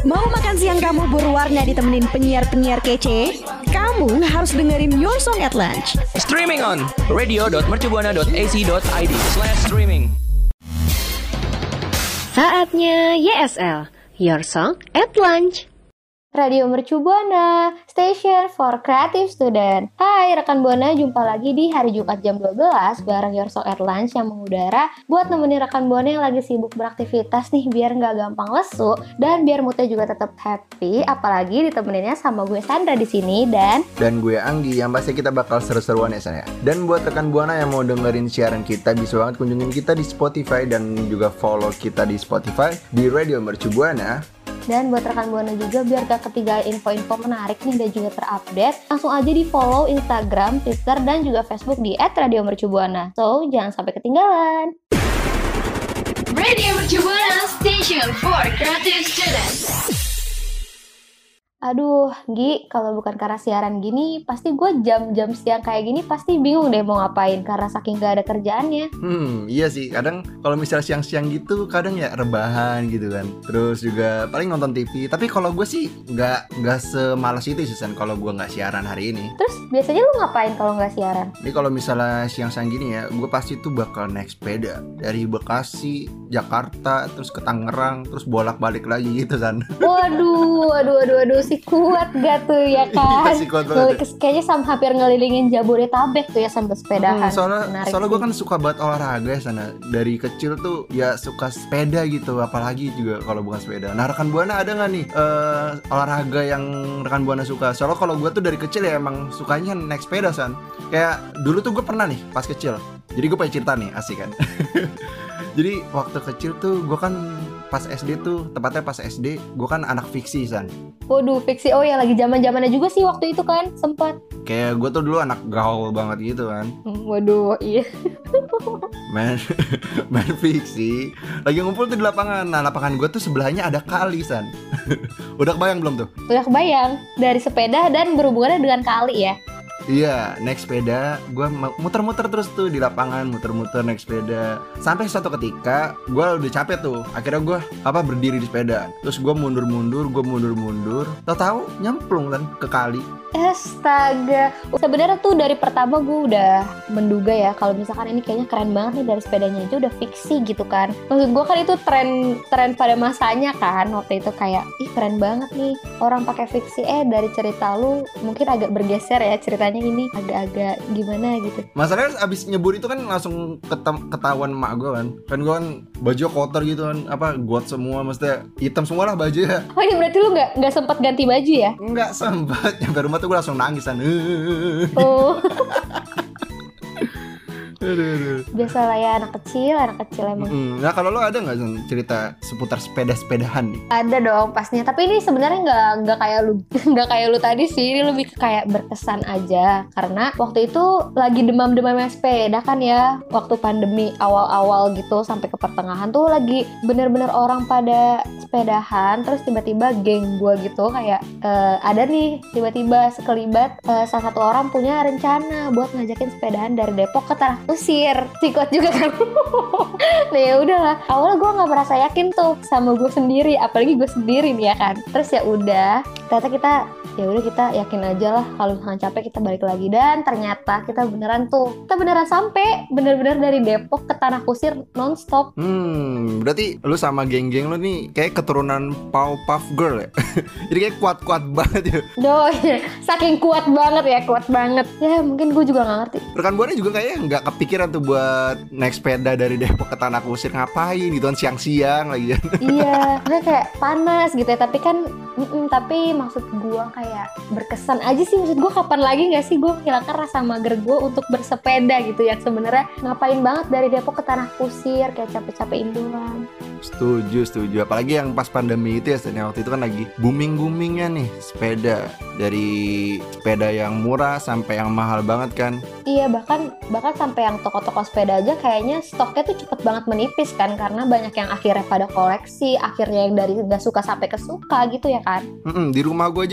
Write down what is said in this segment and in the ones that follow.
Mau makan siang kamu berwarna ditemenin penyiar-penyiar kece? Kamu harus dengerin Your Song at Lunch. Streaming on radio.mercubuana.ac.id/streaming. Saatnya YSL, Your Song at Lunch. Radio Mercu Buana, Station for Creative Student. Hai rekan Buana, jumpa lagi di hari Jumat jam 12 bareng Your Song at Lunch yang mengudara buat nemenin rekan Buana yang lagi sibuk beraktivitas nih biar nggak gampang lesu dan biar moodnya juga tetap happy, apalagi ditemeninnya sama gue Sandra di sini dan gue Anggi yang pasti kita bakal seru-seruan ya San ya. Dan buat rekan Buana yang mau dengerin siaran kita bisa banget kunjungin kita di Spotify dan juga follow kita di Spotify di Radio Mercu Buana. Dan buat rekan Buana juga biar gak ketinggalan info-info menarik nih dan juga terupdate, langsung aja di follow Instagram, Twitter, dan juga Facebook di @radiomercubuana. So, jangan sampai ketinggalan. Radio Mercu Buana, Station for Creative Students. Aduh, Gi, kalau bukan karena siaran gini, pasti gue jam-jam siang kayak gini pasti bingung deh mau ngapain karena saking gak ada kerjaannya. Iya sih, kadang kalau misalnya siang-siang gitu, kadang ya rebahan gitu kan. Terus juga paling nonton TV. Tapi kalau gue sih nggak semalas itu sih San, kalau gue nggak siaran hari ini. Terus biasanya lu ngapain kalau nggak siaran? Ini kalau misalnya siang-siang gini ya, gue pasti tuh bakal naik sepeda dari Bekasi, Jakarta, terus ke Tangerang, terus bolak-balik lagi gitu San. Waduh, si kuat gak tuh ya kan? Iya sih kuat banget. Kayaknya hampir ngelilingin Jabodetabek tuh ya sambil sepedahan. Soalnya gue kan suka banget olahraga ya sana. Dari kecil tuh ya suka sepeda gitu, apalagi juga kalau bukan sepeda. Nah rekan Buana ada nggak nih olahraga yang rekan Buana suka? Soalnya kalau gue tuh dari kecil ya emang sukanya naik sepeda San. Kayak dulu tuh gue pernah nih pas kecil. Jadi gue pengen cerita nih, asik kan? Jadi waktu kecil tuh gue kan pas SD tuh, tepatnya pas SD, gue kan anak fiksi San. Waduh, fiksi, oh ya lagi zaman-zamannya juga sih waktu itu kan, sempat. Kayak gue tuh dulu anak gaul banget gitu kan. Waduh, iya. main fiksi, lagi ngumpul tuh di lapangan. Nah lapangan gue tuh sebelahnya ada kali San. Udah kebayang belum tuh? Udah kebayang, dari sepeda dan berhubungannya dengan kali ya. Iya, naik sepeda, gue muter-muter terus tuh di lapangan, muter-muter naik sepeda. Sampai suatu ketika, gue udah capek tuh. Akhirnya gue berdiri di sepeda. Terus gue mundur-mundur. Tahu nyemplung kan ke kali. Astaga, sebenarnya tuh dari pertama gue udah menduga ya kalau misalkan ini kayaknya keren banget nih dari sepedanya aja udah fiksi gitu kan. Maksud gue kan itu tren pada masanya kan waktu itu kayak ih keren banget nih orang pakai fiksi. Dari cerita lu mungkin agak bergeser ya ceritanya ini agak-agak gimana gitu. Masalahnya abis nyebur itu kan langsung ketahuan emak gue kan. Kan gue kan baju kotor gitu kan, got semua, maksudnya hitam semua lah baju ya. Oh ini berarti lu nggak sempat ganti baju ya? Nggak sempat, nyampe rumah tuh gue langsung nangisan. Oh. Aduh. Biasalah ya anak kecil emang. Nah kalau lo ada nggak cerita seputar sepeda-sepedahan nih? Ada dong pastinya. Tapi ini sebenarnya nggak kayak lu tadi sih. Ini lebih kayak berkesan aja. Karena waktu itu lagi demam-demamnya sepeda kan ya. Waktu pandemi awal-awal gitu sampai ke pertengahan tuh lagi bener-bener orang pada sepedahan. Terus tiba-tiba geng gua gitu kayak ada nih tiba-tiba sekelibat salah satu orang punya rencana buat ngajakin sepedahan dari Depok ke Tanah Kusir. Sikot juga kan. Nah ya udahlah. Awalnya gue nggak merasa yakin tuh sama gue sendiri, apalagi gue sendiri nih ya kan. Terus ya udah, ternyata kita yakin aja lah kalau misalkan capek kita balik lagi. Dan ternyata kita beneran sampai bener-bener dari Depok ke Tanah Kusir nonstop. Berarti lu sama geng-geng lu nih kayak keturunan Powerpuff Girl ya. Jadi kayak kuat-kuat banget ya. Saking kuat banget. Ya mungkin gue juga nggak ngerti. Rekan Buana juga kayaknya nggak kepikiran tuh buat naik sepeda dari Depok ke Tanah Kusir, ngapain gitu kan siang-siang lagi. Iya, kayak panas gitu ya. Tapi maksud gue kayak berkesan aja sih. Maksud gue kapan lagi nggak sih gue menghilangkan rasa mager gue untuk bersepeda gitu yang sebenarnya ngapain banget dari Depok ke Tanah Kusir kayak capek-capekin doang. Setuju. Apalagi yang pas pandemi itu ya, waktu itu kan lagi booming-boomingnya nih sepeda. Dari sepeda yang murah sampai yang mahal banget kan. Iya, bahkan sampai yang toko-toko sepeda aja kayaknya stoknya tuh cepet banget menipis kan. Karena banyak yang akhirnya pada koleksi, akhirnya yang dari gak suka sampai ke suka gitu ya kan. Di rumah gue aja sampai ada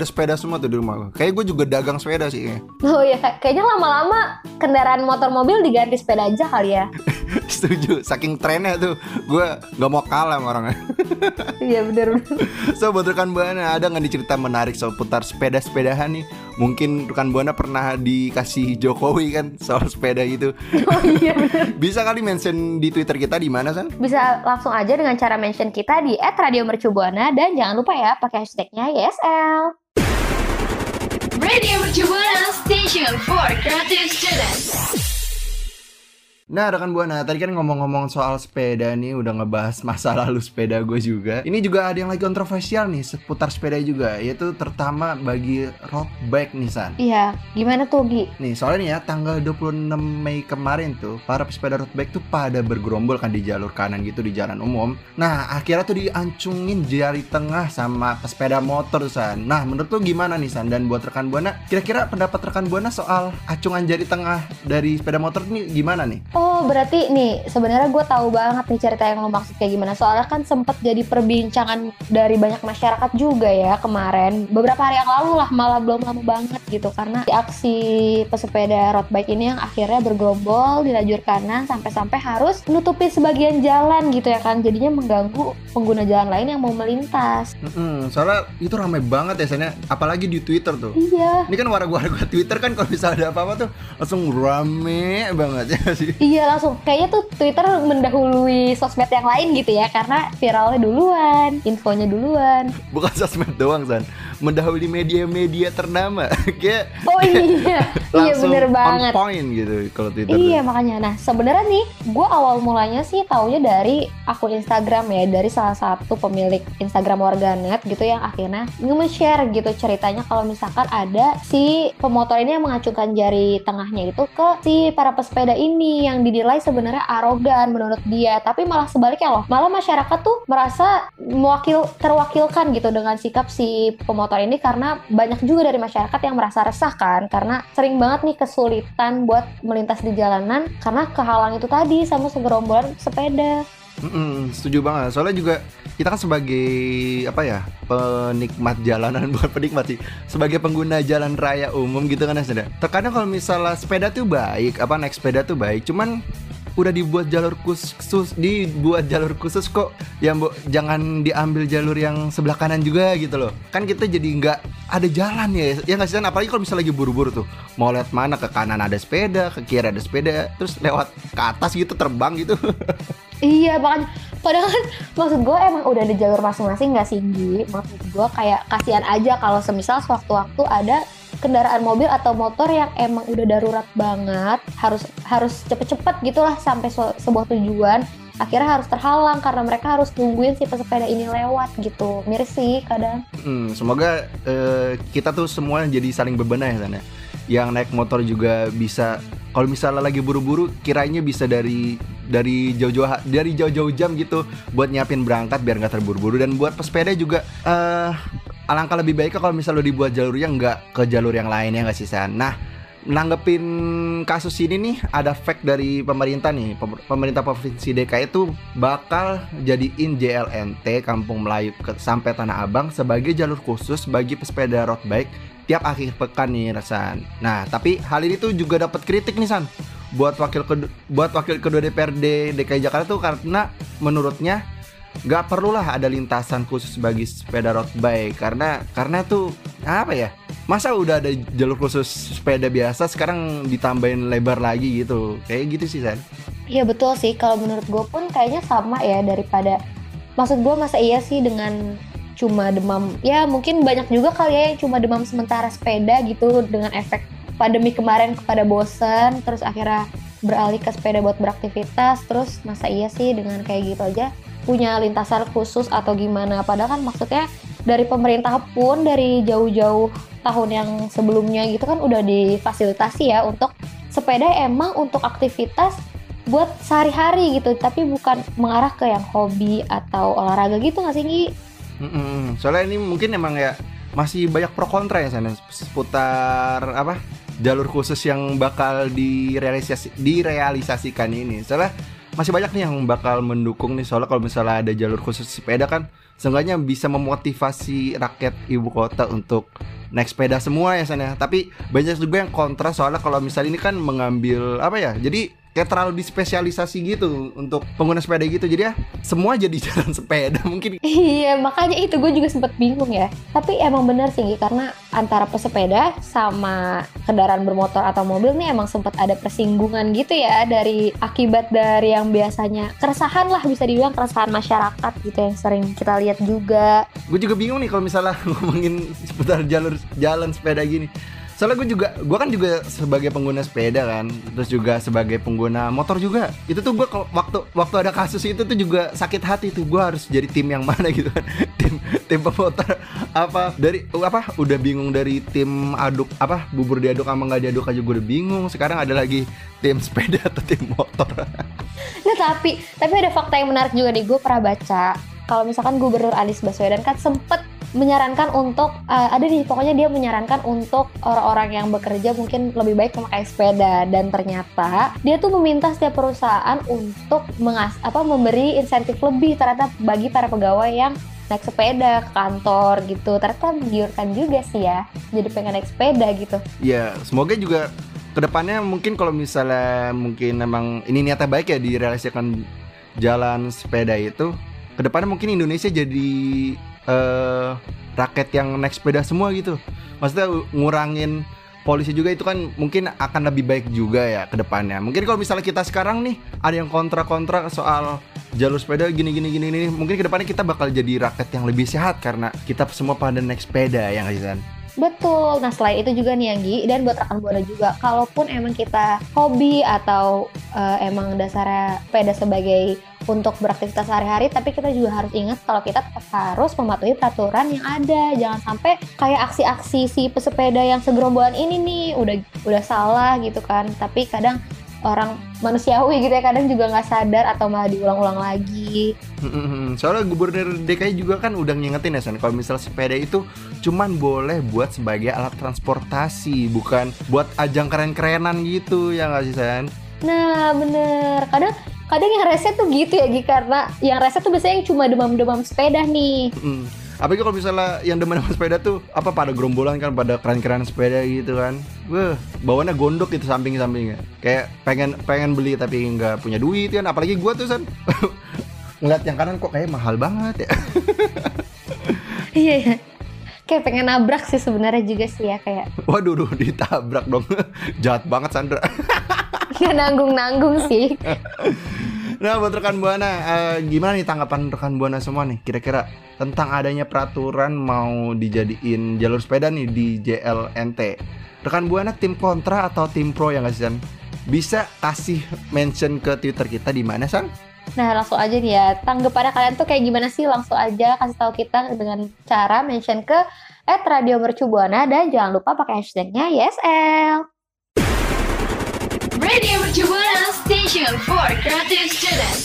sepeda semua tuh di rumah gue. Kayak gue juga dagang sepeda sih kayaknya. Oh ya, kayaknya lama-lama kendaraan motor mobil diganti sepeda aja kali ya. Setuju, saking trennya tuh gue gak mau kalah sama orangnya. Iya bener. So buat rekan Buana, ada gak nih cerita menarik seputar sepeda-sepedahan nih? Mungkin rekan Buana pernah dikasih Jokowi kan soal sepeda gitu. Oh iya bener. Bisa kali mention di Twitter kita di mana, San? Bisa langsung aja dengan cara mention kita di @radiomercubuana dan jangan lupa ya pakai hashtagnya YSL. Radio Mercubuana Station for Creative Students. Nah rekan Buana, tadi kan ngomong-ngomong soal sepeda nih, udah ngebahas masa lalu sepeda gue juga. Ini juga ada yang lagi kontroversial nih seputar sepeda juga, yaitu terutama bagi road bike nih San. Iya, gimana tuh Gi? Nih soalnya nih ya, tanggal 26 Mei kemarin tuh para pesepeda road bike tuh pada bergerombol kan di jalur kanan gitu di jalan umum. Nah akhirnya tuh diancungin jari tengah sama pesepeda motor San. Nah menurut tuh gimana nih San? Dan buat rekan Buana, kira-kira pendapat rekan Buana soal acungan jari tengah dari sepeda motor ini gimana nih? Oh berarti nih sebenarnya gue tahu banget nih cerita yang lo maksud kayak gimana. Soalnya kan sempat jadi perbincangan dari banyak masyarakat juga ya kemarin. Beberapa hari yang lalu lah, malah belum lama banget gitu. Karena di aksi pesepeda road bike ini yang akhirnya bergerombol di lajur kanan sampai-sampai harus menutupi sebagian jalan gitu ya kan. Jadinya mengganggu pengguna jalan lain yang mau melintas. Soalnya itu ramai banget ya San ya, apalagi di Twitter tuh. Iya. Ini kan warga-warga Twitter kan kalau misalnya ada apa-apa tuh langsung rame banget ya sih. Iya langsung, kayaknya tuh Twitter mendahului sosmed yang lain gitu ya. Karena viralnya duluan, infonya duluan. Bukan sosmed doang San, mendahului media-media ternama. Kayak Oh iya, iya bener banget. On point gitu kalau Twitter. Iya tuh. makanya, nah sebenarnya nih gue awal mulanya sih taunya dari akun Instagram ya, dari salah satu pemilik Instagram warganet gitu yang akhirnya nge-share gitu ceritanya kalau misalkan ada si pemotor ini yang mengacungkan jari tengahnya itu ke si para pesepeda ini yang dinilai sebenarnya arogan menurut dia, tapi malah sebaliknya loh, malah masyarakat tuh merasa terwakilkan gitu dengan sikap si pemotor ini karena banyak juga dari masyarakat yang merasa resah kan, karena sering banget nih kesulitan buat melintas di jalanan karena kehalang itu tadi sama segerombolan sepeda. Setuju banget. Soalnya juga kita kan sebagai apa ya, penikmat jalanan, bukan penikmat sih, sebagai pengguna jalan raya umum gitu kan ya. Terkadang kalau misalnya sepeda tuh baik, naik sepeda tuh baik, cuman udah dibuat jalur khusus kok ya jangan diambil jalur yang sebelah kanan juga gitu loh. Kan kita jadi nggak ada jalan ya nggak sih. Apalagi kalau misalnya lagi buru-buru tuh mau lihat mana, ke kanan ada sepeda, ke kiri ada sepeda, terus lewat ke atas gitu terbang gitu. Iya makanya, padahal kan maksud gue emang udah ada jalur masing-masing gak sih Gi? Maksud gue kayak kasihan aja kalau semisal sewaktu-waktu ada kendaraan mobil atau motor yang emang udah darurat banget, harus cepet-cepet gitulah sampai sebuah tujuan, akhirnya harus terhalang karena mereka harus nungguin si pesepeda ini lewat gitu. Miris sih kadang. Semoga kita tuh semua jadi saling bebenah ya sana. Yang naik motor juga bisa, kalau misalnya lagi buru-buru, kiranya bisa dari jauh-jauh jam gitu buat nyiapin berangkat biar nggak terburu-buru. Dan buat pesepeda juga alangkah lebih baiknya kalau misalnya dibuat jalurnya nggak ke jalur yang lainnya nggak sih San. Nah nanggepin kasus ini nih, ada fact dari pemerintah nih, pemerintah provinsi DKI itu bakal jadiin JLNT Kampung Melayu sampai Tanah Abang sebagai jalur khusus bagi pesepeda road bike tiap akhir pekan nih San. Nah tapi hal ini tuh juga dapat kritik nih San buat wakil kedua DPRD DKI Jakarta tuh, karena menurutnya nggak perlulah ada lintasan khusus bagi sepeda road bike karena tuh apa ya, masa udah ada jalur khusus sepeda biasa sekarang ditambahin lebar lagi gitu, kayak gitu sih San. Iya betul sih, kalau menurut gue pun kayaknya sama ya, daripada, maksud gue masa iya sih dengan cuma demam, ya mungkin banyak juga kali ya yang cuma demam sementara sepeda gitu dengan efek pandemi kemarin kepada bosen, terus akhirnya beralih ke sepeda buat beraktivitas. Terus masa iya sih dengan kayak gitu aja punya lintasan khusus atau gimana, padahal kan maksudnya dari pemerintah pun dari jauh-jauh tahun yang sebelumnya gitu kan udah difasilitasi ya untuk sepeda emang untuk aktivitas buat sehari-hari gitu, tapi bukan mengarah ke yang hobi atau olahraga gitu nggak sih Gi? Soalnya ini mungkin emang ya masih banyak pro kontra ya sana seputar jalur khusus yang bakal direalisasikan ini. Soalnya masih banyak nih yang bakal mendukung nih, soalnya kalau misalnya ada jalur khusus sepeda kan seenggaknya bisa memotivasi rakyat ibu kota untuk naik sepeda semua ya sana. Tapi banyak juga yang kontra soalnya kalau misalnya ini kan mengambil apa ya? Jadi kayak terlalu dispesialisasi gitu untuk pengguna sepeda gitu. Jadi ya semua jadi jalan sepeda mungkin. Iya, makanya itu gue juga sempet bingung ya. Tapi emang bener sih, karena antara pesepeda sama kendaraan bermotor atau mobil nih emang sempet ada persinggungan gitu ya, dari akibat dari yang biasanya keresahan lah, bisa dibilang keresahan masyarakat gitu yang sering kita lihat juga. Gue juga bingung nih kalau misalnya ngomongin seputar jalan sepeda gini. Soalnya gue kan juga sebagai pengguna sepeda kan, terus juga sebagai pengguna motor juga. Itu tuh gue waktu ada kasus itu tuh juga sakit hati tuh, gue harus jadi tim yang mana gitu kan. tim pemotor udah bingung dari tim aduk bubur diaduk sama nggak diaduk aja gue udah bingung. Sekarang ada lagi tim sepeda atau tim motor. Nah tapi ada fakta yang menarik juga nih, gue pernah baca kalau misalkan Gubernur Anies Baswedan kan sempet menyarankan untuk pokoknya dia menyarankan untuk orang-orang yang bekerja mungkin lebih baik memakai sepeda, dan ternyata dia tuh meminta setiap perusahaan untuk memberi insentif lebih ternyata bagi para pegawai yang naik sepeda ke kantor gitu. Ternyata menggiurkan juga sih ya, jadi pengen naik sepeda gitu. Ya semoga juga kedepannya mungkin kalau misalnya mungkin memang ini niatnya baik ya direalisasikan jalan sepeda itu, kedepannya mungkin Indonesia jadi rakyat yang naik sepeda semua gitu. Maksudnya ngurangin polusi juga, itu kan mungkin akan lebih baik juga ya ke depannya. Mungkin kalau misalnya kita sekarang nih ada yang kontra soal jalur sepeda gini, mungkin ke depannya kita bakal jadi rakyat yang lebih sehat karena kita semua pada naik sepeda ya nggak sih San? Betul. Nah selain itu juga nih Anggi, dan buat rekan Buana juga, kalaupun emang kita hobi atau emang dasarnya sepeda sebagai untuk beraktivitas sehari-hari, tapi kita juga harus ingat kalau kita tetap harus mematuhi peraturan yang ada. Jangan sampai kayak aksi-aksi si pesepeda yang segerombolan ini nih udah salah gitu kan, tapi kadang orang manusiawi gitu ya, kadang juga nggak sadar atau malah diulang-ulang lagi. Soalnya Gubernur DKI juga kan udah ngingetin ya San, kalau misalnya sepeda itu cuman boleh buat sebagai alat transportasi, bukan buat ajang keren-kerenan gitu ya nggak sih San? Nah bener, kadang yang rese tuh gitu ya Gi, karena yang rese tuh biasanya yang cuma demam-demam sepeda nih. Apalagi kalau misalnya yang demam sepeda tuh pada gerombolan kan, pada keren-keren sepeda gitu kan. Bawaannya gondok gitu samping-sampingnya. Kayak pengen beli tapi nggak punya duit kan. Apalagi gue tuh San ngeliat yang kanan kok kayak mahal banget ya. Iya. Kayak pengen nabrak sih sebenarnya juga sih ya, kayak. Waduh, ditabrak dong. Jahat banget Sandra. Nggak nanggung-nanggung sih. Nah buat rekan Buana, gimana nih tanggapan rekan Buana semua nih kira-kira tentang adanya peraturan mau dijadiin jalur sepeda nih di JLNT. Rekan Buana tim kontra atau tim pro ya nggak sih San? Bisa kasih mention ke Twitter kita di mana San? Nah langsung aja nih ya, tanggapan kalian tuh kayak gimana sih? Langsung aja kasih tahu kita dengan cara mention ke @radiomercubuana, dan jangan lupa pakai hashtagnya YSL. Radio Mercubuana Station for Creative Students.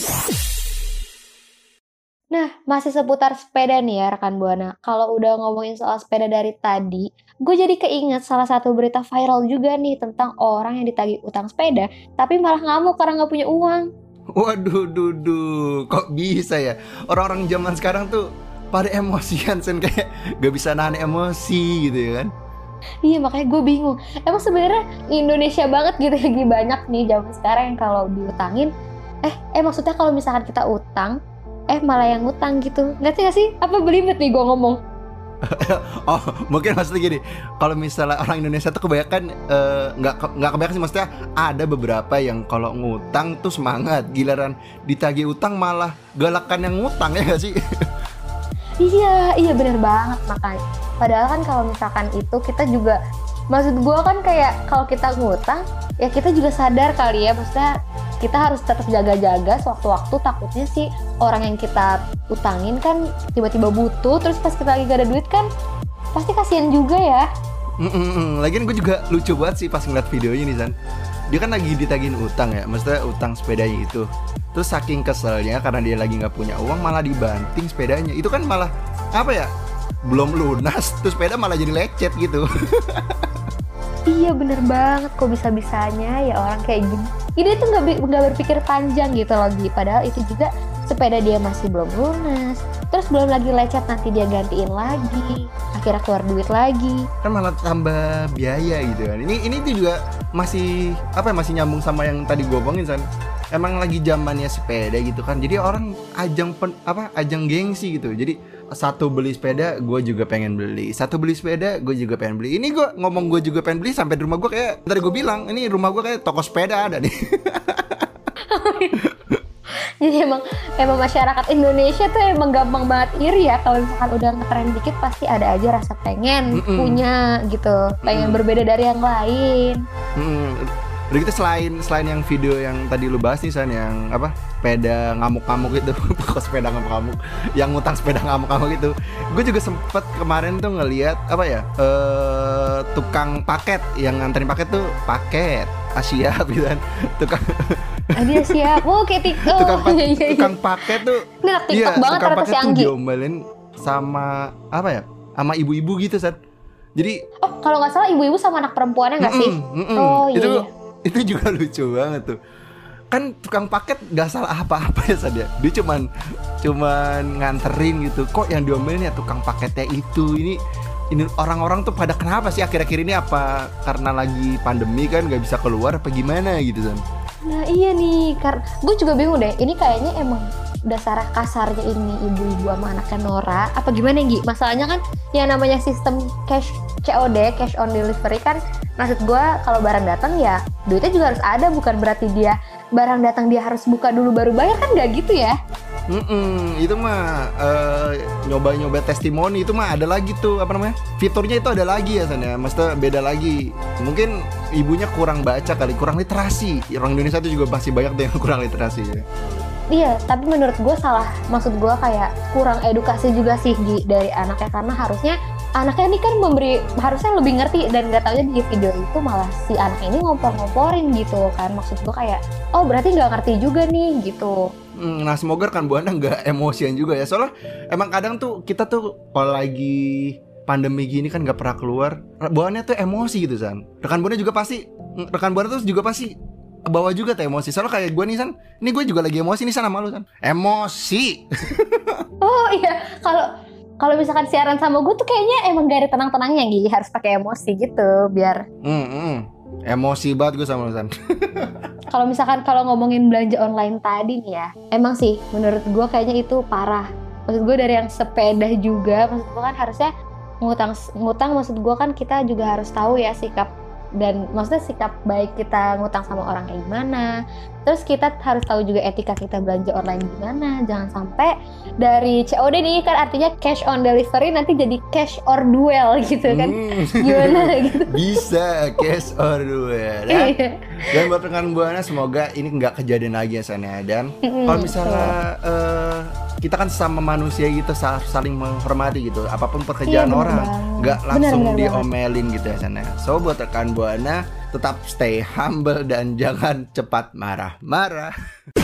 Nah, masih seputar sepeda nih ya rekan Buana. Kalau udah ngomongin soal sepeda dari tadi, gue jadi keinget salah satu berita viral juga nih tentang orang yang ditagih utang sepeda, tapi malah ngamuk karena nggak punya uang. Waduh, kok bisa ya? Orang-orang zaman sekarang tuh pada emosian Sen, kayak gak bisa nahan emosi gitu ya kan? Iya, makanya gue bingung. Emang sebenarnya Indonesia banget gitu, lagi banyak nih zaman sekarang yang kalau diutangin, maksudnya kalau misalkan kita utang, malah yang ngutang gitu. Ngerti gak sih? Apa belibet nih gue ngomong? Oh, mungkin maksudnya gini, kalau misalnya orang Indonesia tuh kebanyakan nggak kebanyakan sih, maksudnya ada beberapa yang kalau ngutang tuh semangat, giliran ditagih utang malah galakan yang ngutang, ya nggak sih? Iya benar banget. Makanya padahal kan kalau misalkan itu kita juga, maksud gue kan kayak kalau kita ngutang ya kita juga sadar kali ya, maksudnya kita harus tetap jaga-jaga sewaktu-waktu, takutnya sih orang yang kita utangin kan tiba-tiba butuh, terus pas kita lagi gak ada duit kan pasti kasihan juga ya. Lagian gue juga lucu banget sih pas ngeliat videonya nih San. Dia kan lagi ditagihin utang ya, maksudnya utang sepedanya itu. Terus saking keselnya karena dia lagi gak punya uang, malah dibanting sepedanya. Itu kan malah apa ya, belum lunas, terus sepeda malah jadi lecet gitu. Iya bener banget, kok bisa-bisanya ya orang kayak gini. Ini tuh nggak berpikir panjang gitu loh, padahal itu juga sepeda dia masih belum lunas, terus belum lagi lecet nanti dia gantiin lagi. akhirnya keluar duit lagi. Kan malah tambah biaya gitu kan. Ini tuh juga masih masih nyambung sama yang tadi gue omongin San. Emang lagi zamannya sepeda gitu kan. Jadi orang ajang gengsi gitu. Jadi satu beli sepeda, gue juga pengen beli. Satu beli sepeda, gue juga pengen beli. Ini gue ngomong gue juga pengen beli sampai di rumah gue kayak tadi gue bilang, ini rumah gue kayak toko sepeda ada nih. Jadi emang masyarakat Indonesia tuh emang gampang banget iri ya. Kalau misalkan udah ngetren dikit pasti ada aja rasa pengen punya gitu, pengen berbeda dari yang lain. Udah gitu selain yang video yang tadi lu bahas nih San, yang sepeda ngamuk-ngamuk itu, pokok sepeda ngamuk-ngamuk, yang ngutang sepeda ngamuk-ngamuk itu, gue juga sempet kemarin tuh ngelihat tukang paket yang nganterin paket tuh paket Asia gitu kan, Dia siap, kayak TikTok. Tukang paket tuh, ini TikTok banget tukang ternyata si paket tuh Anggi. diomelin sama sama ibu-ibu gitu San. Jadi kalau nggak salah ibu-ibu sama anak perempuannya nggak sih? Oh iya. Itu juga lucu banget tuh. Kan tukang paket gak salah apa-apa ya San ya. Dia cuman nganterin gitu. Kok yang diomelin ya tukang paketnya itu. Ini orang-orang tuh pada kenapa sih akhir-akhir ini? Apa karena lagi pandemi kan gak bisa keluar apa gimana gitu San? Nah iya nih, karena gue juga bingung deh. Ini kayaknya emang dasar kasarnya ini ibu-ibu sama anaknya Nora. Apa gimana Gi? Masalahnya kan yang namanya sistem COD, cash on delivery kan, maksud gue kalau barang datang ya duitnya juga harus ada, bukan berarti dia barang datang dia harus buka dulu baru bayar, kan nggak gitu ya? Itu mah nyoba testimoni itu mah ada lagi tuh fiturnya itu ada lagi ya San ya, maksudnya beda lagi. Mungkin ibunya kurang baca kali, kurang literasi. Orang Indonesia tuh juga masih banyak tuh yang kurang literasi ya. Iya, tapi menurut gue salah. Maksud gue kayak kurang edukasi juga sih dari anaknya, karena harusnya anaknya ini kan harusnya lebih ngerti, dan gak taunya di video itu malah si anak ini ngompor-ngomporin gitu kan. Maksud gue kayak, berarti gak ngerti juga nih gitu. Nah semoga rekan Buana gak emosian juga ya. Soalnya emang kadang tuh kita tuh kalau lagi pandemi gini kan gak pernah keluar, bawaannya tuh emosi gitu San. Rekan Buana tuh juga pasti ke bawah juga tuh emosi. Soalnya kayak gue nih San, ini gue juga lagi emosi nih San sama lu San. Emosi. Oh iya, kalau misalkan siaran sama gue tuh kayaknya emang gak ada tenang-tenangnya gitu, harus pakai emosi gitu biar. Emosi banget gue sama lu San. Kalau ngomongin belanja online tadi nih ya, emang sih menurut gue kayaknya itu parah. Maksud gue dari yang sepeda juga, maksud gue kan harusnya ngutang maksud gue kan kita juga harus tahu ya sikap, dan maksudnya sikap baik kita ngutang sama orang kayak gimana. Terus kita harus tahu juga etika kita belanja online gimana. Jangan sampai dari COD nih kan artinya cash on delivery nanti jadi cash or duel gitu kan. Gimana gitu. Bisa cash or duel ya. Dan buat rekan Buana semoga ini nggak kejadian lagi ya San ya. Dan kalau misalnya kita kan sama manusia gitu saling menghormati gitu. Apapun pekerjaan orang nggak langsung diomelin gitu ya San ya. So buat rekan Buana tetap stay humble dan jangan cepat marah-marah.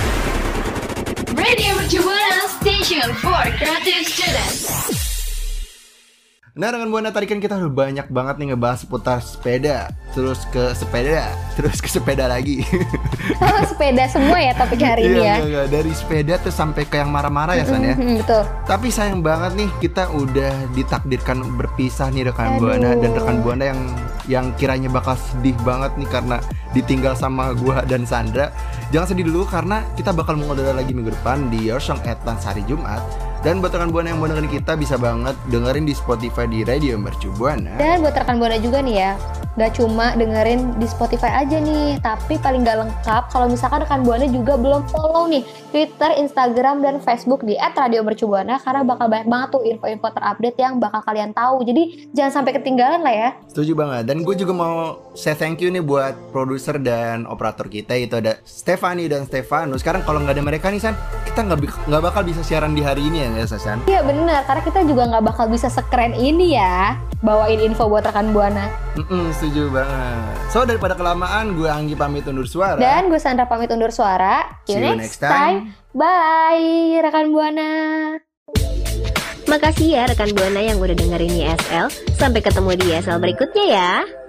Radio Mercu Buana Station for Creative Students. Nah dengan Buana tadi kan kita udah banyak banget nih ngebahas seputar sepeda, terus ke sepeda lagi. Sepeda semua ya topik hari ini ya. Iya, dari sepeda tuh sampai ke yang marah-marah ya San ya. Betul. Tapi sayang banget nih kita udah ditakdirkan berpisah nih rekan Buana, dan rekan Buana yang kiranya bakal sedih banget nih karena ditinggal sama gua dan Sandra. Jangan sedih dulu karena kita bakal mengobrol lagi minggu depan di Your Song at Lunch hari Jumat. Dan buat rekan Buana yang mau dengerin kita bisa banget dengerin di Spotify di Radio Mercu Buana. Dan buat rekan Buana juga nih ya, gak cuma dengerin di Spotify aja nih, tapi paling gak lengkap kalau misalkan rekan Buana juga belum follow nih Twitter, Instagram, dan Facebook di @radiomercubuana, karena bakal banyak banget tuh info-info terupdate yang bakal kalian tahu. Jadi jangan sampai ketinggalan lah ya. Setuju banget. Dan gue juga mau say thank you nih buat produser dan operator kita, itu ada Stefani dan Stefanus. Sekarang kalau nggak ada mereka nih San, kita nggak bakal bisa siaran di hari ini ya San? Iya benar, karena kita juga nggak bakal bisa sekeren ini ya bawain info buat rekan Buana. Setuju banget. So daripada kelamaan, gue Anggi pamit undur suara. Dan gue Sandra pamit undur suara. See you next time. Bye rekan Buana. Makasih ya rekan Buana yang udah dengerin YSL. Sampai ketemu di YSL berikutnya ya.